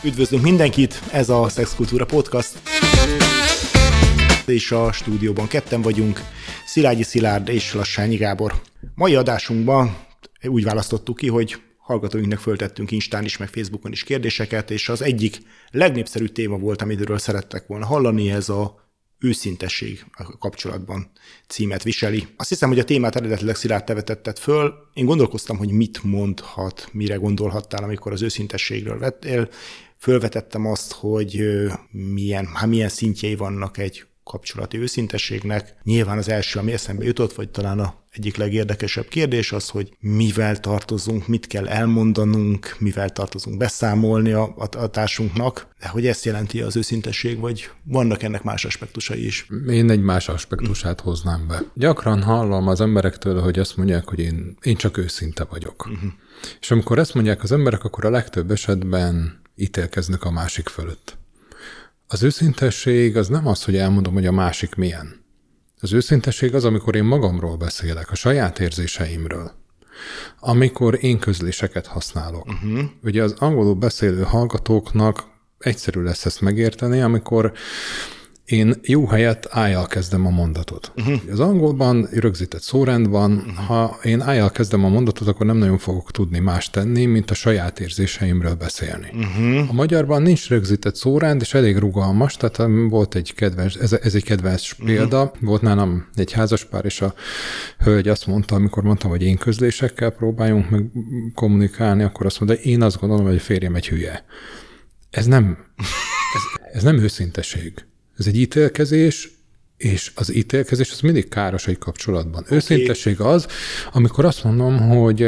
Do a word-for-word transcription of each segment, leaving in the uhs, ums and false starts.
Üdvözlünk mindenkit, ez a Szexkultúra Podcast, és a stúdióban ketten vagyunk, Szilágyi Szilárd és Lassányi Gábor. Mai adásunkban úgy választottuk ki, hogy hallgatóinknak föltettünk Instán is, meg Facebookon is kérdéseket, és az egyik legnépszerűbb téma volt, amiről szerettek volna hallani, ez a őszintesség a kapcsolatban címet viseli. Azt hiszem, hogy a témát eredetileg Szilárd te vetetted föl. Én gondolkoztam, hogy mit mondhat, mire gondolhattál, amikor az őszintességről vettél. Fölvetettem azt, hogy milyen, hát milyen szintjei vannak egy kapcsolati őszintességnek. Nyilván az első, ami eszembe jutott, vagy talán a egyik legérdekesebb kérdés az, hogy mivel tartozunk, mit kell elmondanunk, mivel tartozunk beszámolni a, a, a társunknak, de hogy ezt jelenti az őszintesség, vagy vannak ennek más aspektusai is? Én egy más aspektusát hoznám be. Gyakran hallom az emberektől, hogy azt mondják, hogy én, én csak őszinte vagyok. Uh-huh. És amikor ezt mondják az emberek, akkor a legtöbb esetben ítélkeznek a másik fölött. Az őszintesség az nem az, hogy elmondom, hogy a másik milyen. Az őszintesség az, amikor én magamról beszélek, a saját érzéseimről. Amikor én közléseket használok. Uh-huh. Ugye az angolul beszélő hallgatóknak egyszerű lesz ezt megérteni, amikor én jó helyett I-jal kezdem a mondatot. Uh-huh. Az angolban rögzített szórend van, uh-huh. ha én I-jal kezdem a mondatot, akkor nem nagyon fogok tudni más tenni, mint a saját érzéseimről beszélni. Uh-huh. A magyarban nincs rögzített szórend, és elég rugalmas, tehát volt egy kedves, ez, ez egy kedves példa, uh-huh. volt nálam egy házaspár, és a hölgy azt mondta, amikor mondtam, hogy én közlésekkel próbáljunk meg kommunikálni, akkor azt mondta, én azt gondolom, hogy a férjem egy hülye. Ez nem, ez, ez nem őszinteség. Ez egy ítélkezés, és az ítélkezés az mindig káros egy kapcsolatban. Okay. Őszintesség az, amikor azt mondom, hogy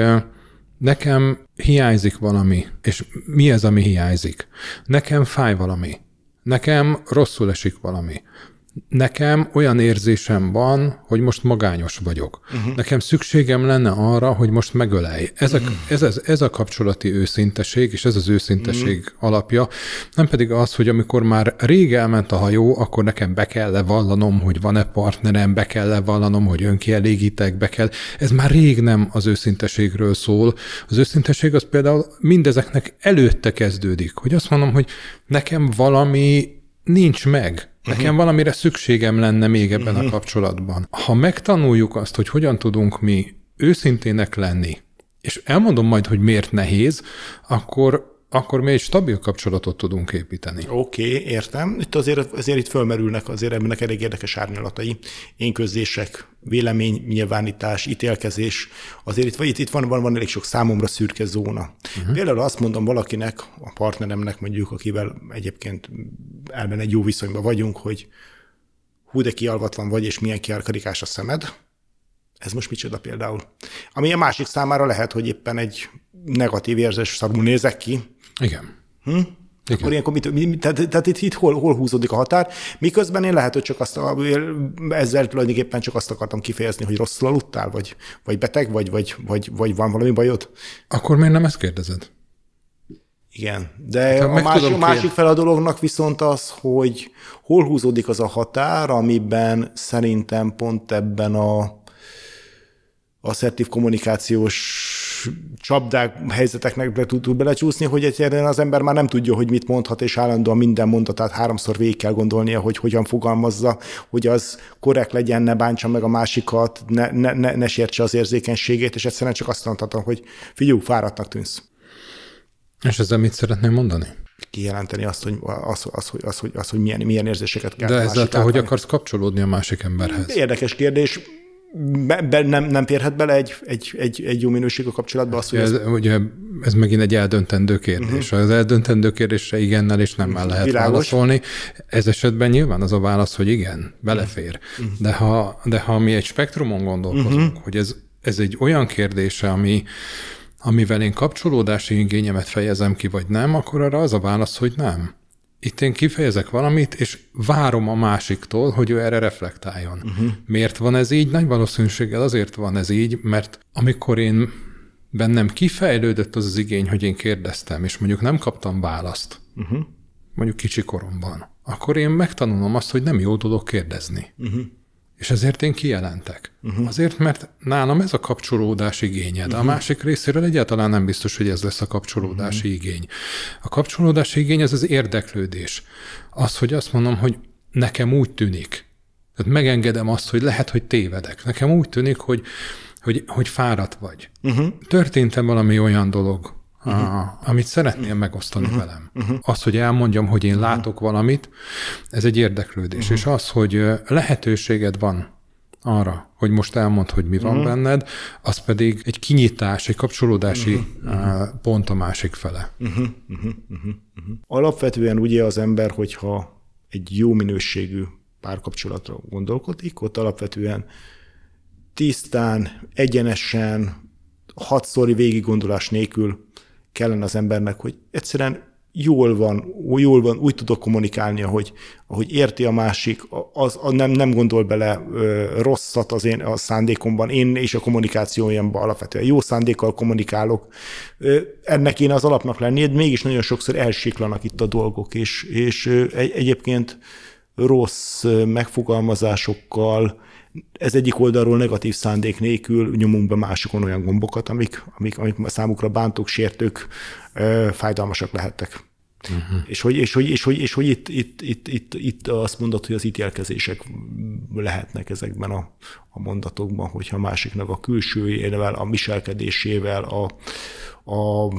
nekem hiányzik valami, és mi ez, ami hiányzik? Nekem fáj valami. Nekem rosszul esik valami. Nekem olyan érzésem van, hogy most magányos vagyok. Uh-huh. Nekem szükségem lenne arra, hogy most megölelj. Ez a, uh-huh. ez, ez, ez a kapcsolati őszinteség, és ez az őszinteség uh-huh. alapja. Nem pedig az, hogy amikor már rég elment a hajó, akkor nekem be kell levallanom, hogy van-e partnerem, be kell levallanom, hogy önkielégítek, be kell. Ez már rég nem az őszinteségről szól. Az őszinteség az például mindezeknek előtte kezdődik, hogy azt mondom, hogy nekem valami nincs meg. Nekem uh-huh. valamire szükségem lenne még ebben uh-huh. a kapcsolatban. Ha megtanuljuk azt, hogy hogyan tudunk mi őszintének lenni, és elmondom majd, hogy miért nehéz, akkor, akkor mi egy stabil kapcsolatot tudunk építeni. Oké, okay, értem. Itt azért, azért itt fölmerülnek azért ennek elég érdekes árnyalatai. Énközlések, véleménynyilvánítás, ítélkezés. Azért itt, itt, itt van, van, van elég sok számomra szürke zóna. Uh-huh. Például azt mondom valakinek, a partneremnek mondjuk, akivel egyébként elben egy jó viszonyban vagyunk, hogy hú, de kialvatlan vagy, és milyen kiarkarikás a szemed. Ez most micsoda például? Ami a másik számára lehet, hogy éppen egy negatív érzés szarul nézek ki. Igen. Hm? Igen. Akkor ilyenkor mit, mit, tehát, tehát itt, itt hol, hol húzódik a határ? Miközben én lehet, hogy csak azt, ezzel tulajdonképpen csak azt akartam kifejezni, hogy rosszul aludtál, vagy, vagy beteg, vagy, vagy, vagy, vagy van valami bajod? Akkor miért nem ezt kérdezed? Igen, de hát, a másik, másik fel a dolognak viszont az, hogy hol húzódik az a határ, amiben szerintem pont ebben a asszertív kommunikációs csapdák, helyzeteknek be tud, tud belecsúszni, hogy egyszerűen az ember már nem tudja, hogy mit mondhat, és állandóan minden mondatát háromszor végig kell gondolnia, hogy hogyan fogalmazza, hogy az korrekt legyen, ne bántsa meg a másikat, ne, ne, ne, ne sértse az érzékenységét, és egyszerűen csak azt mondhatom, hogy figyelj, fáradtnak tűnsz. És ezzel mit szeretném mondani? Kijelenteni azt, hogy, az, az, hogy, az, hogy, az, hogy milyen, milyen érzéseket kell. De ezzel te hogy akarsz kapcsolódni a másik emberhez? Érdekes kérdés. Be, be, nem, nem férhet bele egy, egy, egy, egy jó minőségű kapcsolatba az, hogy ez, ez... Ugye, ez megint egy eldöntendő kérdés. Uh-huh. Az eldöntendő kérdésre igennel és nemmel lehet Világos. válaszolni. Ez esetben nyilván az a válasz, hogy igen, belefér. Uh-huh. De, ha, de ha mi egy spektrumon gondolkozunk, uh-huh. hogy ez, ez egy olyan kérdése, ami, amivel én kapcsolódási igényemet fejezem ki, vagy nem, akkor arra az a válasz, hogy nem. Itt én kifejezek valamit, és várom a másiktól, hogy ő erre reflektáljon. Uh-huh. Miért van ez így? Nagy valószínűséggel azért van ez így, mert amikor én bennem kifejlődött az az igény, hogy én kérdeztem, és mondjuk nem kaptam választ, uh-huh. mondjuk kicsi koromban, akkor én megtanulom azt, hogy nem jó dolog kérdezni. Uh-huh. És ezért én kijelentek. Uh-huh. Azért, mert nálam ez a kapcsolódás igénye, de uh-huh. a másik részéről egyáltalán nem biztos, hogy ez lesz a kapcsolódási uh-huh. igény. A kapcsolódási igény az az érdeklődés. Az, hogy azt mondom, hogy nekem úgy tűnik. Tehát megengedem azt, hogy lehet, hogy tévedek. Nekem úgy tűnik, hogy, hogy, hogy fáradt vagy. Uh-huh. Történt-e valami olyan dolog, Uh-huh. Ah, amit szeretném megosztani uh-huh. velem. Uh-huh. Az, hogy elmondjam, hogy én látok uh-huh. valamit, ez egy érdeklődés. Uh-huh. És az, hogy lehetőséged van arra, hogy most elmondd, hogy mi van uh-huh. benned, az pedig egy kinyitás, egy kapcsolódási uh-huh. pont a másik fele. Uh-huh. Uh-huh. Uh-huh. Alapvetően ugye az ember, hogyha egy jó minőségű párkapcsolatra gondolkodik, ott alapvetően tisztán, egyenesen, hatszori végiggondolás nélkül kellene az embernek, hogy egyszerűen jól van, jól van, úgy tudok kommunikálni, ahogy, ahogy érti a másik, az, az nem, nem gondol bele ö, rosszat az én a szándékomban, én és a kommunikációjamban alapvetően jó szándékkal kommunikálok. Ö, ennek én az alapnak lenni, mégis nagyon sokszor elsiklanak itt a dolgok, és, és ö, egy, egyébként rossz megfogalmazásokkal, ez egyik oldalról negatív szándék nélkül nyomunk be másikon olyan gombokat, amik, amik, amik számukra bántók, sértők, fájdalmasak lehettek. Uh-huh. És hogy, és hogy, és hogy, és hogy itt, itt, itt, itt, itt azt mondod, hogy az ítélkezések lehetnek ezekben a, a mondatokban, hogyha a másiknak a külsőjével, a viselkedésével, a, a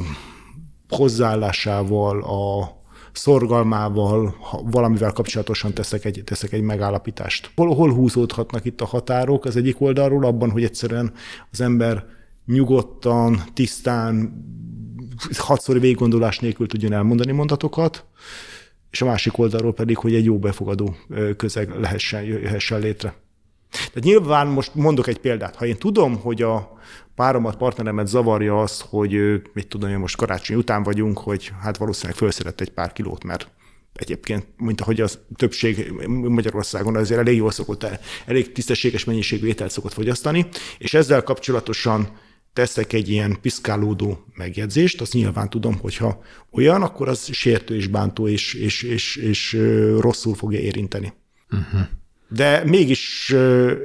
hozzáállásával, a szorgalmával, ha valamivel kapcsolatosan teszek egy, teszek egy megállapítást. Hol, hol húzódhatnak itt a határok az egyik oldalról, abban, hogy egyszerűen az ember nyugodtan, tisztán, hatszori végiggondolás nélkül tudjon elmondani mondatokat, és a másik oldalról pedig, hogy egy jó befogadó közeg lehessen, jöhessen létre. Tehát nyilván most mondok egy példát. Ha én tudom, hogy a páromat, partneremet zavarja az, hogy mit tudom, hogy most karácsony után vagyunk, hogy hát valószínűleg felszedett egy pár kilót, mert egyébként, mint ahogy az többség Magyarországon azért elég jól szokott, elég tisztességes mennyiségű ételt szokott fogyasztani, és ezzel kapcsolatosan teszek egy ilyen piszkálódó megjegyzést, azt nyilván tudom, hogyha olyan, akkor az sértő és bántó és, és, és, és rosszul fogja érinteni. Uh-huh. De mégis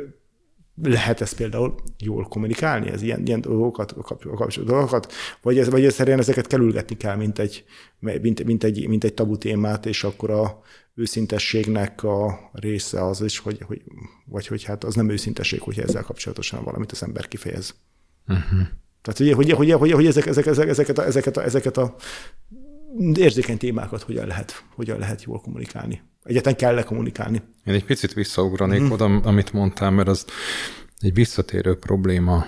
lehet ezt például jól kommunikálni, ez ilyen, ilyen dolgokat, dolgokat, vagy, ez, vagy egyszerűen ezeket kerülgetni kell, mint egy, mint, mint, egy, mint egy tabu témát, és akkor a őszintességnek a része az is, hogy, hogy, vagy hogy hát az nem őszintesség, hogyha ezzel kapcsolatosan valamit az ember kifejez. Uh-huh. Tehát ugye, hogy, hogy, hogy, hogy ezek, ezek, ezek, ezeket, a, ezeket, a, ezeket a érzékeny témákat hogyan lehet, hogyan lehet jól kommunikálni. Egyáltalán kell kommunikálni. Én egy picit visszaugranék mm. oda, amit mondtál, mert az egy visszatérő probléma,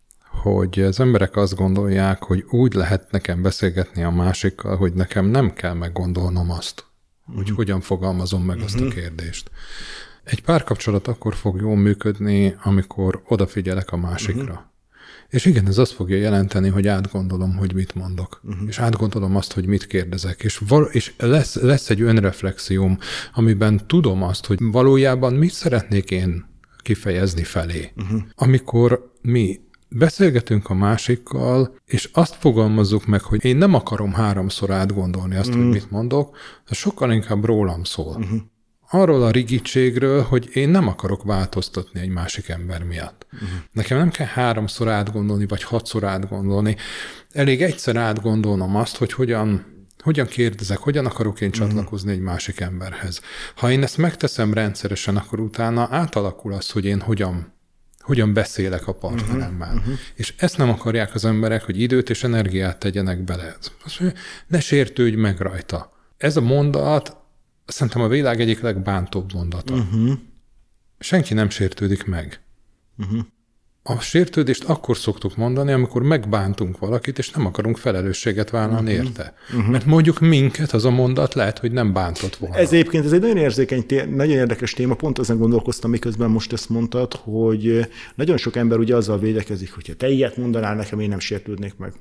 hogy az emberek azt gondolják, hogy úgy lehet nekem beszélgetni a másikkal, hogy nekem nem kell meggondolnom azt, mm. hogy hogyan fogalmazom meg mm-hmm. azt a kérdést. Egy párkapcsolat akkor fog jól működni, amikor odafigyelek a másikra. Mm-hmm. És igen, ez azt fogja jelenteni, hogy átgondolom, hogy mit mondok. Uh-huh. És átgondolom azt, hogy mit kérdezek. És, val- és lesz, lesz egy önreflexióm, amiben tudom azt, hogy valójában mit szeretnék én kifejezni felé. Uh-huh. Amikor mi beszélgetünk a másikkal, és azt fogalmazzuk meg, hogy én nem akarom háromszor átgondolni azt, uh-huh. hogy mit mondok, az sokkal inkább rólam szól. Uh-huh. Arról a rigidségről, hogy én nem akarok változtatni egy másik ember miatt. Uh-huh. Nekem nem kell háromszor átgondolni, vagy hatszor átgondolni. Elég egyszer átgondolnom azt, hogy hogyan, hogyan kérdezek, hogyan akarok én csatlakozni uh-huh. egy másik emberhez. Ha én ezt megteszem rendszeresen, akkor utána átalakul az, hogy én hogyan, hogyan beszélek a partneremmel. Uh-huh. És ezt nem akarják az emberek, hogy időt és energiát tegyenek bele. Azt mondja, ne sértődj meg rajta. Ez a mondat szerintem a világ egyik legbántóbb mondata. Uh-huh. Senki nem sértődik meg. Uh-huh. A sértődést akkor szoktuk mondani, amikor megbántunk valakit, és nem akarunk felelősséget vállalni uh-huh. érte. Uh-huh. Mert mondjuk minket az a mondat lehet, hogy nem bántott volna. Ez egyébként ez egy nagyon érzékeny, nagyon érdekes téma, pont ezen gondolkoztam, miközben most ezt mondtad, hogy nagyon sok ember ugye azzal védekezik, hogyha te ilyet mondanál nekem, én nem sértődnék meg.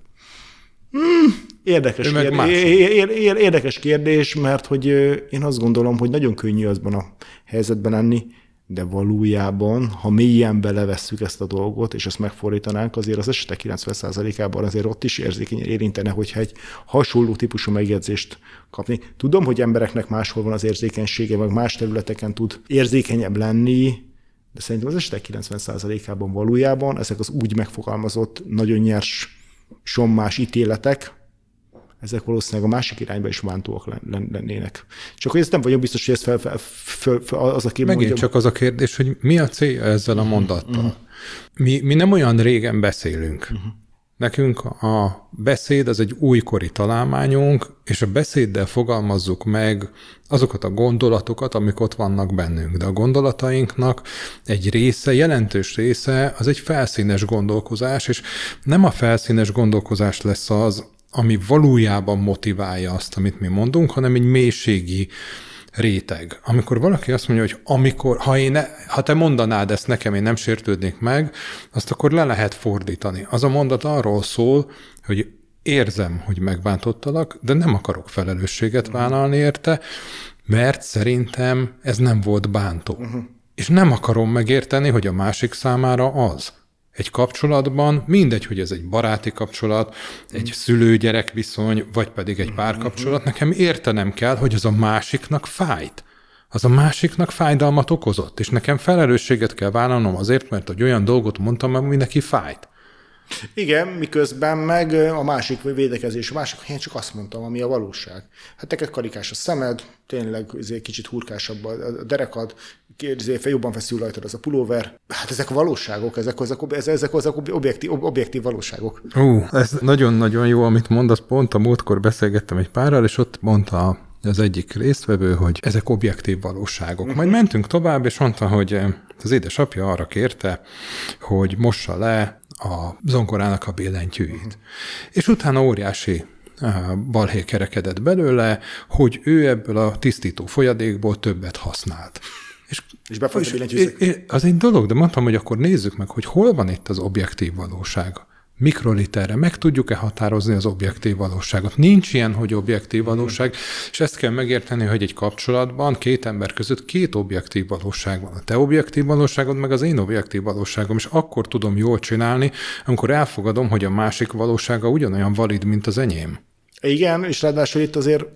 Hmm, érdekes, kérdés, érdekes kérdés, mert hogy én azt gondolom, hogy nagyon könnyű azban a helyzetben lenni, de valójában, ha mélyen belevesszük ezt a dolgot, és ezt megfordítanánk, azért az esetek kilencven százalékában azért ott is érzékenyen érintene, hogyha egy hasonló típusú megjegyzést kapni. Tudom, hogy embereknek máshol van az érzékenysége, meg más területeken tud érzékenyebb lenni, de szerintem az esetek kilencven százalékában valójában ezek az úgy megfogalmazott, nagyon nyers, sommás ítéletek, ezek valószínűleg a másik irányba is bántóak lennének. Csak hogy ezt nem vagyok biztos, hogy ez fel, fel, fel, fel, az a kérdés. Megint mondjam. Csak az a kérdés, hogy mi a célja ezzel a mondattal. Uh-huh. Mi, mi nem olyan régen beszélünk. Uh-huh. Nekünk a beszéd az egy újkori találmányunk, és a beszéddel fogalmazzuk meg azokat a gondolatokat, amik ott vannak bennünk. De a gondolatainknak egy része, jelentős része az egy felszínes gondolkozás, és nem a felszínes gondolkozás lesz az, ami valójában motiválja azt, amit mi mondunk, hanem egy mélységi réteg. Amikor valaki azt mondja, hogy amikor, ha, én ne, ha te mondanád ezt nekem, én nem sértődnék meg, azt akkor le lehet fordítani. Az a mondat arról szól, hogy érzem, hogy megbántottalak, de nem akarok felelősséget vállalni érte, mert szerintem ez nem volt bántó. Uh-huh. És nem akarom megérteni, hogy a másik számára az. Egy kapcsolatban, mindegy, hogy ez egy baráti kapcsolat, egy szülő-gyerek viszony, vagy pedig egy párkapcsolat, nekem értenem kell, hogy az a másiknak fájt. Az a másiknak fájdalmat okozott, és nekem felelősséget kell vállalnom azért, mert hogy olyan dolgot mondtam, ami neki fájt. Igen, miközben meg a másik védekezés, a másik, én csak azt mondtam, ami a valóság. Hát neked karikás a szemed, tényleg kicsit hurkásabb a derekad, jobban feszül rajtad az a pulóver. Hát ezek a valóságok, ezek azok, ezek azok objektív, objektív valóságok. Ú, ez nagyon-nagyon jó, amit mondasz. Pont a múltkor beszélgettem egy párral, és ott mondta az egyik résztvevő, hogy ezek objektív valóságok. Uh-huh. Majd mentünk tovább, és mondta, hogy az édesapja arra kérte, hogy mossa le a zongorának a billentyűit. Uh-huh. És utána óriási balhé kerekedett belőle, hogy ő ebből a tisztító folyadékból többet használt. És, és befolyt a billentyűzek. Az egy dolog, de mondtam, hogy akkor nézzük meg, hogy hol van itt az objektív valóság. Mikroliterre meg tudjuk-e határozni az objektív valóságot? Nincs ilyen, hogy objektív valóság, mm. és ezt kell megérteni, hogy egy kapcsolatban két ember között két objektív valóság van. A te objektív valóságod, meg az én objektív valóságom, és akkor tudom jól csinálni, amikor elfogadom, hogy a másik valósága ugyanolyan valid, mint az enyém. Igen, és ráadásul itt azért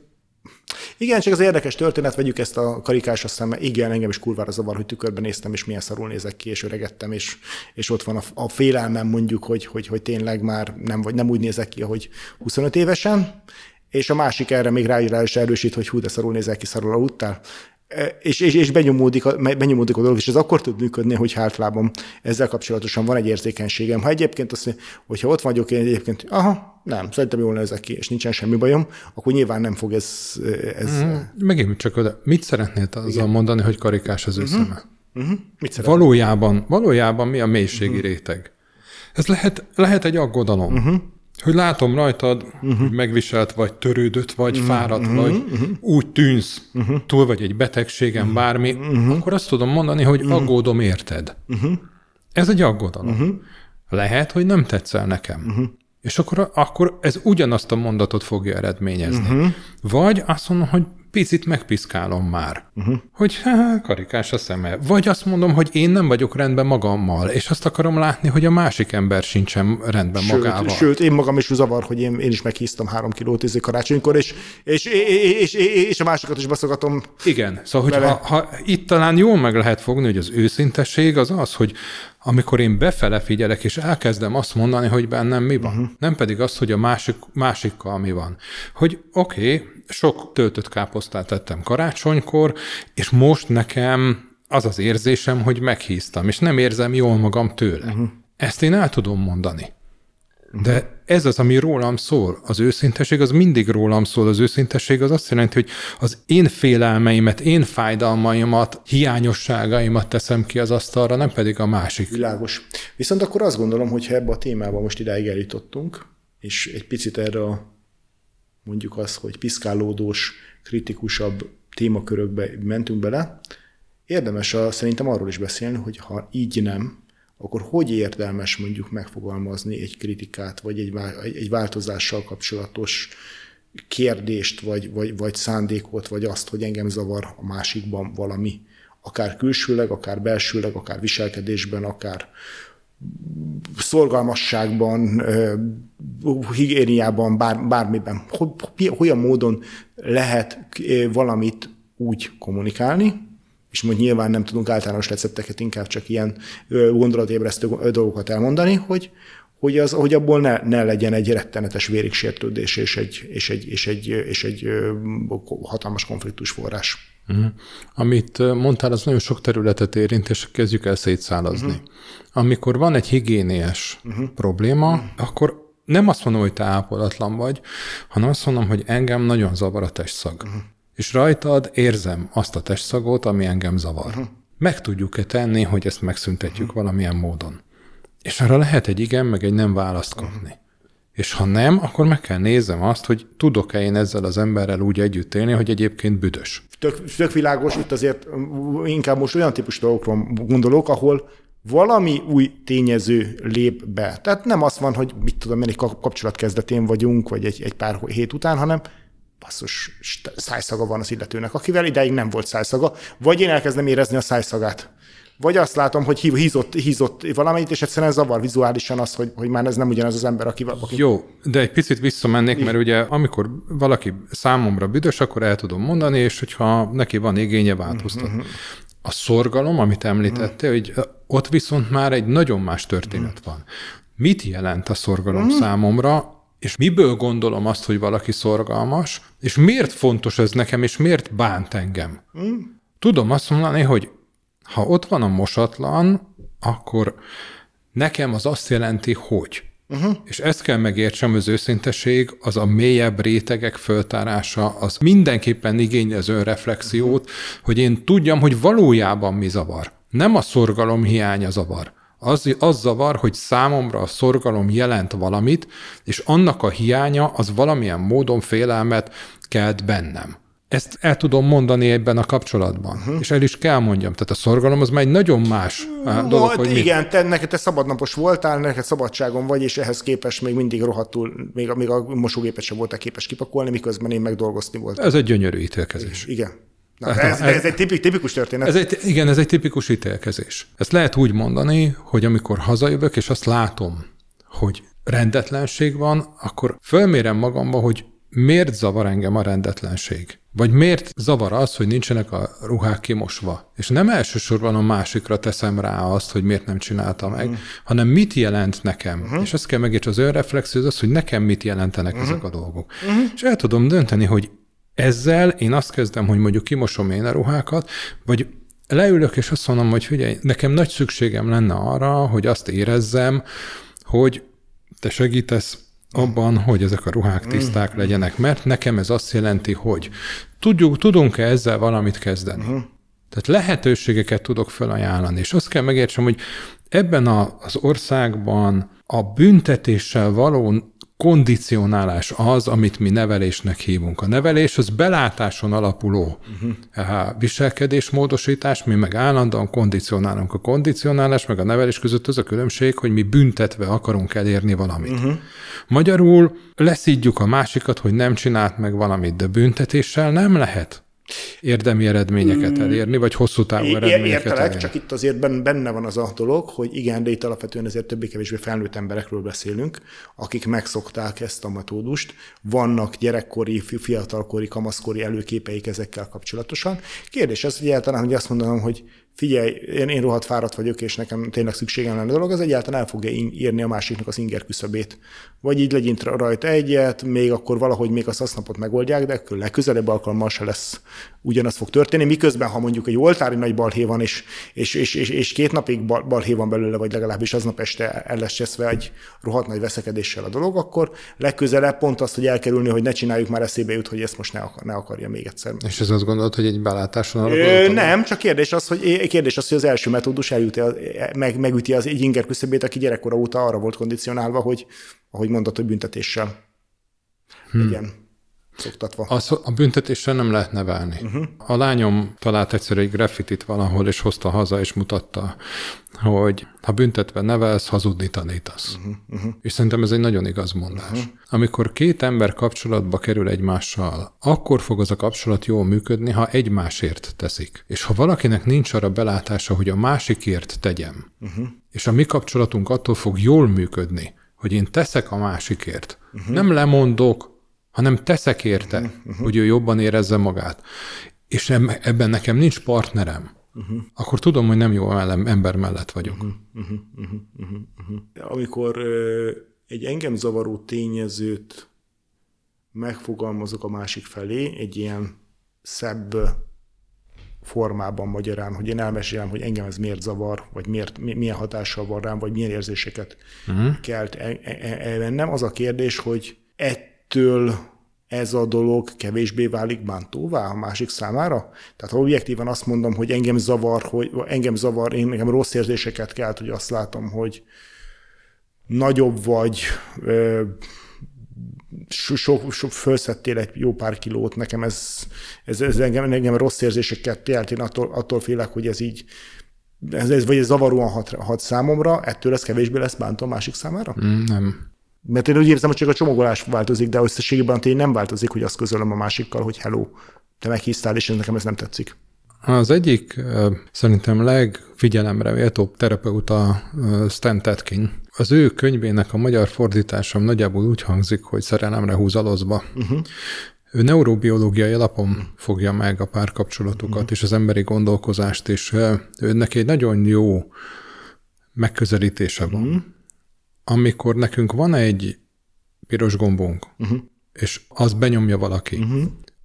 igen, csak az érdekes történet, vegyük ezt a karikás a szemmel. Igen, engem is kurvára zavar, hogy tükörben néztem, és milyen szarul nézek ki, és öregettem, és, és ott van a, a félelmem mondjuk, hogy, hogy, hogy tényleg már nem, vagy nem úgy nézek ki, ahogy huszonöt évesen, és a másik erre még rá is erősít, hogy hú, de szarul nézek ki, szarul aludtál. És, és, és benyomódik, a, benyomódik a dolog, és ez akkor tud működni, hogy hátlábam ezzel kapcsolatosan van egy érzékenységem. Ha egyébként azt mondja, hogyha ott vagyok, én egyébként, aha, nem, szerintem jól nézek ki, és nincsen semmi bajom, akkor nyilván nem fog ez... ez mm, megint csak oda. Mit szeretnél azzal igen. mondani, hogy karikás az ő uh-huh. szeme? Uh-huh. Mit valójában, valójában mi a mélységi uh-huh. réteg? Ez lehet, lehet egy aggodalom. Uh-huh. Hogy látom rajtad, uh-huh. hogy megviselt vagy, törődött vagy, uh-huh. fáradt uh-huh. vagy, uh-huh. úgy tűnsz, uh-huh. túl vagy egy betegségen, uh-huh. bármi, uh-huh. akkor azt tudom mondani, hogy uh-huh. aggódom érted. Uh-huh. Ez egy aggodalom. Uh-huh. Lehet, hogy nem tetszel nekem. Uh-huh. És akkor, akkor ez ugyanazt a mondatot fogja eredményezni. Uh-huh. Vagy azt mondom, hogy picit megpiszkálom már. Uh-huh. Hogy há, karikás a szeme. Vagy azt mondom, hogy én nem vagyok rendben magammal, és azt akarom látni, hogy a másik ember sincsen rendben sőt, magával. Sőt, én magam is zavar, hogy én, én is meghíztam három kilót izé karácsonykor, és, és, és, és, és a másikat is baszogatom. Igen, szóval hogy ha, ha itt talán jól meg lehet fogni, hogy az őszintesség az az, hogy amikor én befele figyelek, és elkezdem azt mondani, hogy bennem mi van. Uh-huh. Nem pedig azt, hogy a másik, másikkal mi van. Hogy oké, okay, sok töltött káposztát tettem karácsonykor, és most nekem az az érzésem, hogy meghíztam, és nem érzem jól magam tőle. Uh-huh. Ezt én el tudom mondani. Uh-huh. De ez az, ami rólam szól. Az őszintesség az mindig rólam szól. Az őszintesség az azt jelenti, hogy az én félelmeimet, én fájdalmaimat, hiányosságaimat teszem ki az asztalra, nem pedig a másik. Világos. Viszont akkor azt gondolom, hogy ha ebbe a témába most idáig eljutottunk, és egy picit erre a mondjuk azt, hogy piszkálódós, kritikusabb témakörökbe mentünk bele, érdemes a, szerintem arról is beszélni, hogy ha így nem, akkor hogy érdemes mondjuk megfogalmazni egy kritikát, vagy egy, egy változással kapcsolatos kérdést, vagy, vagy, vagy szándékot, vagy azt, hogy engem zavar a másikban valami, akár külsőleg, akár belsőleg, akár viselkedésben, akár szorgalmasságban, higiéniában, bár, bármiben. Hogyan módon lehet valamit úgy kommunikálni, és mondjuk nyilván nem tudunk általános recepteket, inkább csak ilyen gondolatébresztő dolgokat elmondani, hogy, hogy, az, hogy abból ne, ne legyen egy rettenetes vérigsértődés és egy, és egy, és egy, és egy hatalmas konfliktus forrás. Uh-huh. Amit mondtál, az nagyon sok területet érint, és kezdjük el szétszálazni. Uh-huh. Amikor van egy higiéniás uh-huh. probléma, uh-huh. akkor nem azt mondom, hogy te ápolatlan vagy, hanem azt mondom, hogy engem nagyon zavar a testszag. Uh-huh. És rajtad érzem azt a testszagot, ami engem zavar. Uh-huh. Meg tudjuk-e tenni, hogy ezt megszüntetjük uh-huh. valamilyen módon? És arra lehet egy igen, meg egy nem választ kapni. Uh-huh. És ha nem, akkor meg kell nézem azt, hogy tudok-e én ezzel az emberrel úgy együtt élni, hogy egyébként büdös. Tök, tök világos, itt azért inkább most olyan típusú dolgokról gondolok, ahol valami új tényező lép be. Tehát nem az van, hogy mit tudom én, egy kapcsolat kezdetén vagyunk, vagy egy, egy pár hét után, hanem basszus, szájszaga van az illetőnek, akivel ideig nem volt szájszaga, vagy én elkezdem érezni a szájszagát. Vagy azt látom, hogy hízott, hízott valamelyik, és egyszerűen zavar vizuálisan az, hogy, hogy már ez nem ugyanaz az ember, aki... aki... Jó, de egy picit visszamennék, mert ugye amikor valaki számomra büdös, akkor el tudom mondani, és hogyha neki van igénye, változtat. Uh-huh. A szorgalom, amit említette, uh-huh. hogy ott viszont már egy nagyon más történet uh-huh. van. Mit jelent a szorgalom uh-huh. számomra, és miből gondolom azt, hogy valaki szorgalmas, és miért fontos ez nekem, és miért bánt engem? Uh-huh. Tudom azt mondani, hogy ha ott van a mosatlan, akkor nekem az azt jelenti, hogy. Uh-huh. És ezt kell megértsem, az őszinteség, az a mélyebb rétegek föltárása, az mindenképpen igényli az önreflexiót, uh-huh. hogy én tudjam, hogy valójában mi zavar. Nem a szorgalom hiánya zavar. Az, az zavar, hogy számomra a szorgalom jelent valamit, és annak a hiánya az valamilyen módon félelmet kelt bennem. Ezt el tudom mondani ebben a kapcsolatban, uh-huh. és el is kell mondjam. Tehát a szorgalom az már egy nagyon más uh, dolog, hogy igen, mit... te, neked te szabadnapos voltál, neked szabadságon vagy, és ehhez képest még mindig rohadtul, még, még a mosógépet sem voltál képes kipakolni, miközben én megdolgozni voltam. Ez egy gyönyörű ítélkezés. Igen. Na, ez, ez, ez egy tipik, tipikus történet. Ez egy, igen, ez egy tipikus ítélkezés. Ezt lehet úgy mondani, hogy amikor hazajövök, és azt látom, hogy rendetlenség van, akkor fölmérem magamba, hogy miért zavar engem a rendetlenség? Vagy miért zavar az, hogy nincsenek a ruhák kimosva? És nem elsősorban a másikra teszem rá azt, hogy miért nem csinálta meg, uh-huh. hanem mit jelent nekem. Uh-huh. És azt kell megérteni, az önreflexió az, hogy nekem mit jelentenek uh-huh. ezek a dolgok. Uh-huh. És el tudom dönteni, hogy ezzel én azt kezdem, hogy mondjuk kimosom én a ruhákat, vagy leülök, és azt mondom, hogy figyelj, nekem nagy szükségem lenne arra, hogy azt érezzem, hogy te segítesz abban, hogy ezek a ruhák tiszták legyenek, mert nekem ez azt jelenti, hogy tudjuk, tudunk-e ezzel valamit kezdeni. Uh-huh. Tehát lehetőségeket tudok felajánlani, és azt kell megértsem, hogy ebben a, az országban a büntetéssel való kondicionálás az, amit mi nevelésnek hívunk. A nevelés az belátáson alapuló uh-huh. viselkedésmódosítás, mi meg állandóan kondicionálunk. A kondicionálás meg a nevelés között az a különbség, hogy mi büntetve akarunk elérni valamit. Uh-huh. Magyarul leszídjuk a másikat, hogy nem csinált meg valamit, de büntetéssel nem lehet érdemi eredményeket elérni, vagy hosszú távú eredményeket Értelek, elérni. Csak itt azért benne van az a dolog, hogy igen, de itt alapvetően azért többé-kevésbé felnőtt emberekről beszélünk, akik megszokták ezt a metódust, vannak gyerekkori, fiatalkori, kamaszkori előképeik ezekkel kapcsolatosan. Kérdés az, hogy egyáltalán, hogy azt mondanom, hogy figyelj, én, én rohadt fáradt vagyok, és nekem tényleg szükségem lenne a dolog, az egyáltalán el fogja írni a másiknak az inger küszöbét. Vagy így legyint rajta egyet, még akkor valahogy még azt napot megoldják, de akkor legközelebb alkalommal se lesz ugyanaz fog történni. Miközben, ha mondjuk egy oltári nagy balhé van, és, és, és, és, és két napig balhé van belőle, vagy legalábbis aznap este el lesz cseszve egy rohadt nagy veszekedéssel a dolog, akkor legközelebb pont azt, hogy elkerülni, hogy ne csináljuk, már eszébe jut, hogy ezt most ne, akar, ne akarja még egyszer. És ez azt gondolod, hogy egy belátáson alapul? Nem, csak kérdés az, hogy Kérdés az, hogy az első metódus eljut, meg, megüti az egy inger küszöbét, aki gyerekkora óta arra volt kondicionálva, hogy, ahogy mondtad, hogy büntetéssel hmm. legyen szoktatva. Az, a büntetéssel nem lehet nevelni. Uh-huh. A lányom talált egyszer egy graffitit valahol, és hozta haza, és mutatta, hogy ha büntetve nevelsz, hazudni tanítasz. Uh-huh. Uh-huh. És szerintem ez egy nagyon igaz mondás. Uh-huh. Amikor két ember kapcsolatba kerül egymással, akkor fog az a kapcsolat jól működni, ha egymásért teszik. És ha valakinek nincs arra belátása, hogy a másikért tegyem, uh-huh. és a mi kapcsolatunk attól fog jól működni, hogy én teszek a másikért, uh-huh. nem lemondok, hanem teszek érte, uh-huh, uh-huh. hogy ő jobban érezze magát. És ebben nekem nincs partnerem, uh-huh. akkor tudom, hogy nem jó ember mellett vagyok. Uh-huh. Uh-huh. Uh-huh. Uh-huh. Amikor uh, egy engem zavaró tényezőt megfogalmazok a másik felé, egy ilyen szebb formában magyarán, hogy én elmesélem, hogy engem ez miért zavar, vagy miért, milyen hatással van rám, vagy milyen érzéseket uh-huh. kelt elvennem. Az a kérdés, hogy ettől ez a dolog kevésbé válik bántóvá a másik számára? Tehát ha objektívan azt mondom, hogy engem zavar, hogy engem zavar, én nekem rossz érzéseket kelt, hogy azt látom, hogy nagyobb vagy, ö, sok, sok fölszedtél egy jó pár kilót, nekem ez, ez, ez engem, engem rossz érzéseket kelt, én attól, attól félek, hogy ez így, ez, ez, vagy ez zavaróan hat, hat számomra, ettől ez kevésbé lesz bántó a másik számára? Mm, nem. Mert én úgy érzem, hogy csak a csomagolás változik, de összességében tény nem változik, hogy azt közölöm a másikkal, hogy hello, te meghíztál, és nekem ez nem tetszik. Az egyik szerintem legfigyelemre méltóbb terapeuta Stan Tetkin. Az ő könyvének a magyar fordítása nagyjából úgy hangzik, hogy szerelemre húz alozba. Uh-huh. Ő neurobiológiai alapon fogja meg a párkapcsolatokat uh-huh. és az emberi gondolkozást, és ő neki egy nagyon jó megközelítése van. Uh-huh. Amikor nekünk van egy piros gombunk, uh-huh. és az benyomja valaki, uh-huh.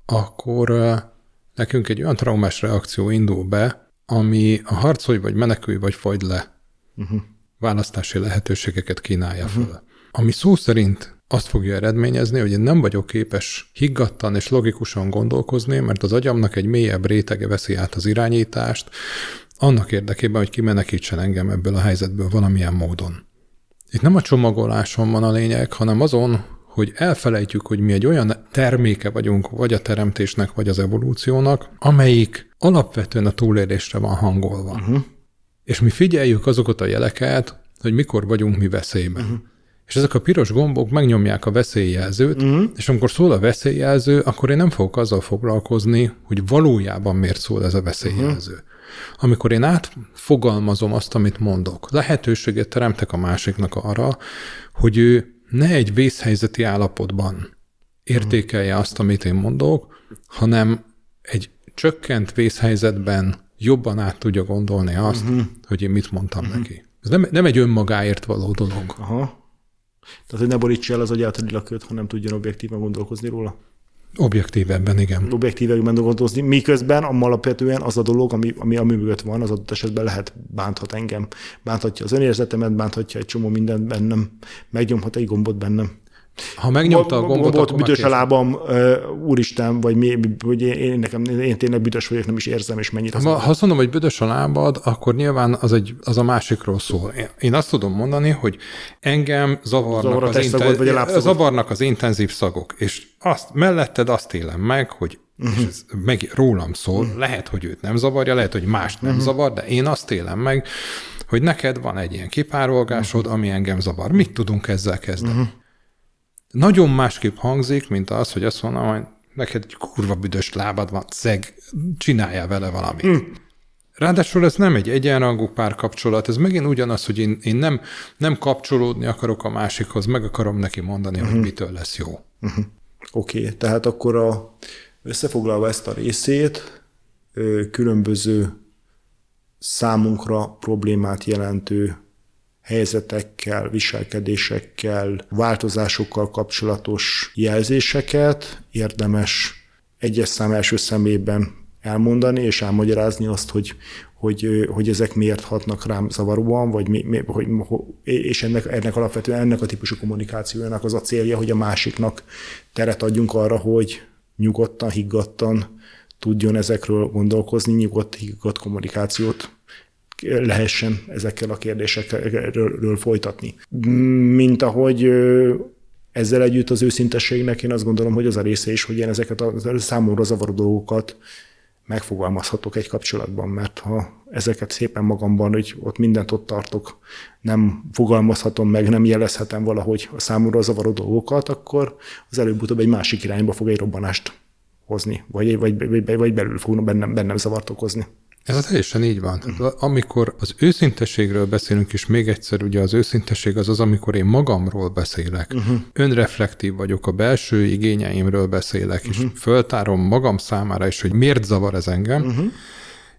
akkor nekünk egy olyan traumás reakció indul be, ami a harcolj, vagy menekülj, vagy fogyd le uh-huh. választási lehetőségeket kínálja uh-huh. föl. Ami szó szerint azt fogja eredményezni, hogy én nem vagyok képes higgadtan és logikusan gondolkozni, mert az agyamnak egy mélyebb rétege veszi át az irányítást, annak érdekében, hogy kimenekítsen engem ebből a helyzetből valamilyen módon. Itt nem a csomagoláson van a lényeg, hanem azon, hogy elfelejtjük, hogy mi egy olyan terméke vagyunk, vagy a teremtésnek, vagy az evolúciónak, amelyik alapvetően a túlélésre van hangolva. Uh-huh. És mi figyeljük azokat a jeleket, hogy mikor vagyunk mi veszélyben. Uh-huh. És ezek a piros gombok megnyomják a veszélyjelzőt, uh-huh. és amikor szól a veszélyjelző, akkor én nem fogok azzal foglalkozni, hogy valójában miért szól ez a veszélyjelző. Uh-huh. Amikor én átfogalmazom azt, amit mondok, lehetőséget teremtek a másiknak arra, hogy ő ne egy vészhelyzeti állapotban értékelje azt, amit én mondok, hanem egy csökkent vészhelyzetben jobban át tudja gondolni azt, uh-huh. hogy én mit mondtam uh-huh. neki. Ez nem, nem egy önmagáért való dolog. Aha. Tehát, hogy ne borítsa el az agyát a lilakőt, hanem tudjon objektíven gondolkozni róla. Objektívebben, igen. Objektívebben gondolkozni, miközben alapvetően az a dolog, ami, ami, ami mögött van, az adott esetben lehet bánthat engem. Bánthatja az önérzetemet, bánthatja egy csomó mindent bennem, megnyomhat egy gombot bennem. Ha megnyomta a gombot, akkor büdös a lábam, úristen, vagy mi, hogy én, nekem, én tényleg büdös vagyok, nem is érzem, és mennyit. Ha azt mondom, hogy büdös a lábad, akkor nyilván az, egy, az a másikról szól. Én azt tudom mondani, hogy engem zavarnak, az, inten... zavarnak az intenzív szagok, és azt, melletted azt élem meg, hogy uh-huh. és ez meg rólam szól, uh-huh. lehet, hogy őt nem zavarja, lehet, hogy mást nem uh-huh. zavar, de én azt élem meg, hogy neked van egy ilyen kipárolgásod, uh-huh. ami engem zavar. Mit tudunk ezzel kezdeni? Uh-huh. Nagyon másképp hangzik, mint az, hogy azt mondom, hogy neked egy kurva büdös lábad van, szeg, csináljál vele valamit. Mm. Ráadásul ez nem egy egyenrangú párkapcsolat, ez megint ugyanaz, hogy én, én nem, nem kapcsolódni akarok a másikhoz, meg akarom neki mondani, uh-huh. hogy mitől lesz jó. Uh-huh. Oké, okay, tehát akkor a, összefoglalva ezt a részét, különböző számunkra problémát jelentő helyzetekkel, viselkedésekkel, változásokkal kapcsolatos jelzéseket érdemes egyes szám első szemében elmondani, és elmagyarázni azt, hogy, hogy, hogy ezek miért hatnak rám zavaróan, vagy mi, mi, hogy, és ennek, ennek alapvetően ennek a típusú kommunikációjának az a célja, hogy a másiknak teret adjunk arra, hogy nyugodtan, higgadtan tudjon ezekről gondolkozni, nyugodt, higgadt kommunikációt lehessen ezekkel a kérdésekről folytatni. Mint ahogy ezzel együtt az őszintességnek én azt gondolom, hogy az a része is, hogy én ezeket a számomra zavaró dolgokat megfogalmazhatok egy kapcsolatban, mert ha ezeket szépen magamban, hogy ott mindent ott tartok, nem fogalmazhatom meg, nem jelezhetem valahogy a számomra zavaró dolgokat, akkor az előbb-utóbb egy másik irányba fog egy robbanást hozni, vagy, vagy, vagy, vagy belül fognak bennem, bennem zavart okozni. Ez teljesen így van. Tehát, amikor az őszintességről beszélünk, és még egyszer ugye az őszintesség az az, amikor én magamról beszélek, uh-huh. önreflektív vagyok, a belső igényeimről beszélek, uh-huh. és föltárom magam számára is, hogy miért zavar ez engem, uh-huh.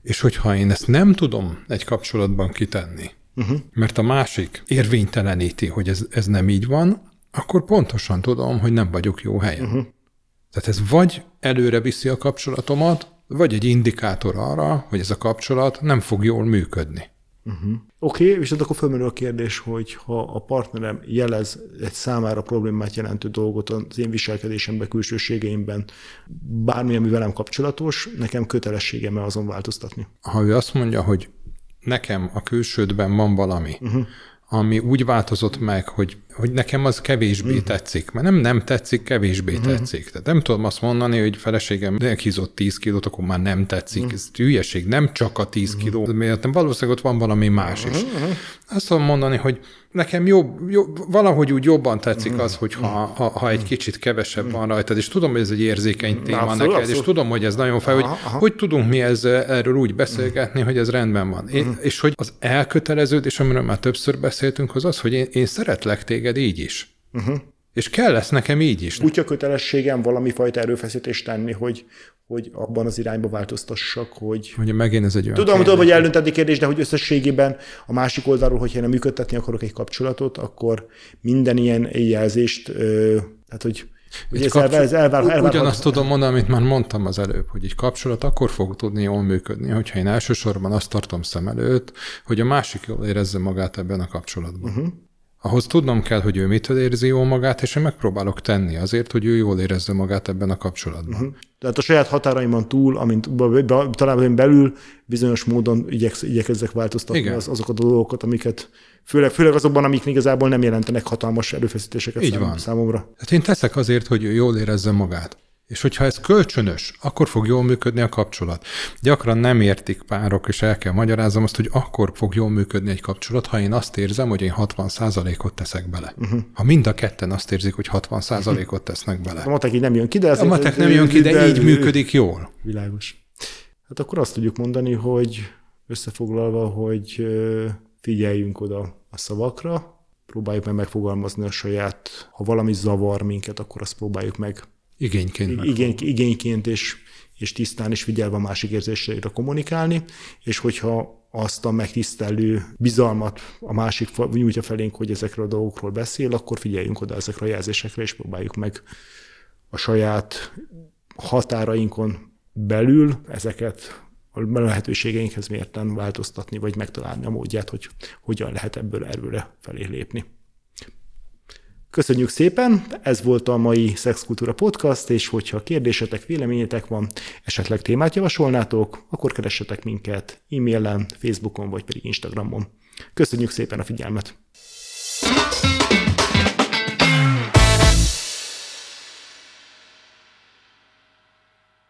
És hogyha én ezt nem tudom egy kapcsolatban kitenni, uh-huh. mert a másik érvényteleníti, hogy ez, ez nem így van, akkor pontosan tudom, hogy nem vagyok jó helyen. Uh-huh. Tehát ez vagy előre viszi a kapcsolatomat, vagy egy indikátor arra, hogy ez a kapcsolat nem fog jól működni. Uh-huh. Oké, okay, és akkor fölmerül a kérdés, hogy ha a partnerem jelez egy számára problémát jelentő dolgot az én viselkedésemben, külsőségeimben, bármi, ami velem kapcsolatos, nekem kötelességem azon változtatni. Ha ő azt mondja, hogy nekem a külsődben van valami, uh-huh. ami úgy változott meg, hogy, hogy nekem az kevésbé uh-huh. tetszik, mert nem nem tetszik, kevésbé uh-huh. tetszik. Tehát nem tudom azt mondani, hogy feleségem meghízott tíz kilót, akkor már nem tetszik. Uh-huh. Ez hülyeség, nem csak a tíz uh-huh. kiló, mert valószínűleg ott van valami más is. Uh-huh. Azt tudom mondani, hogy nekem jobb, jobb, valahogy úgy jobban tetszik uh-huh. az, hogy ha, ha, ha egy kicsit kevesebb uh-huh. van rajtad, és tudom, hogy ez egy érzékeny téma abszolút, neked, abszolút. És tudom, hogy ez nagyon fel, hogy aha. hogy tudunk mi ezzel, erről úgy beszélgetni, uh-huh. hogy ez rendben van. Uh-huh. Én, és hogy az elköteleződés, amiről már többször beszéltünk, az az, hogy én, én szeretlek téged így is. Uh-huh. És kell lesz nekem így is. Kutya kötelességem valami fajta erőfeszítést tenni, hogy, hogy abban az irányba változtassak, hogy... Ugye megint ez egy olyan Tudom, kérdés. tudom, hogy eldönteni kérdés, de hogy összességében a másik oldalról, hogyha én nem működtetni akarok egy kapcsolatot, akkor minden ilyen jelzést, ö, tehát hogy, hogy ez kapcsol... elvár, elvár, elvár, Ugyanazt tudom mondani, amit már mondtam az előbb, hogy egy kapcsolat akkor fog tudni jól működni, hogyha én elsősorban azt tartom szem előtt, hogy a másik jól érezze magát ebben a kapcsolatban. Uh-huh. Ahhoz tudnom kell, hogy ő mitől érzi jól magát, és én megpróbálok tenni azért, hogy ő jól érezze magát ebben a kapcsolatban. Uh-huh. Tehát a saját határaimon túl, amint talán belül bizonyos módon igyek, igyekezzek változtatni az, azokat a dolgokat, amiket főleg, főleg azokban, amik igazából nem jelentenek hatalmas erőfeszítéseket Így szám, van. számomra. Tehát én teszek azért, hogy ő jól érezze magát. És hogyha ez kölcsönös, akkor fog jól működni a kapcsolat. Gyakran nem értik párok, és el kell magyaráznom azt, hogy akkor fog jól működni egy kapcsolat, ha én azt érzem, hogy én hatvan százalékot teszek bele. Uh-huh. Ha mind a ketten azt érzik, hogy hatvan százalékot tesznek bele. A matek így nem jön ki, de... A matek nem jön ki, de, de így működik jól. Világos. Hát akkor azt tudjuk mondani, hogy összefoglalva, hogy figyeljünk oda a szavakra, próbáljuk meg megfogalmazni a saját, ha valami zavar minket, akkor azt próbáljuk meg Igényként. Igény, igényként és, és tisztán és figyelve a másik érzéseire kommunikálni, és hogyha azt a megtisztelő bizalmat a másik nyújtja felénk, hogy ezekről a dolgokról beszél, akkor figyeljünk oda ezekre a jelzésekre, és próbáljuk meg a saját határainkon belül ezeket a lehetőségeinkhez mérten változtatni, vagy megtalálni a módját, hogy hogyan lehet ebből erőre felé lépni. Köszönjük szépen, ez volt a mai Szexkultúra Podcast, és hogyha kérdésetek, véleményetek van, esetleg témát javasolnátok, akkor keressetek minket e-mailen, Facebookon, vagy pedig Instagramon. Köszönjük szépen a figyelmet!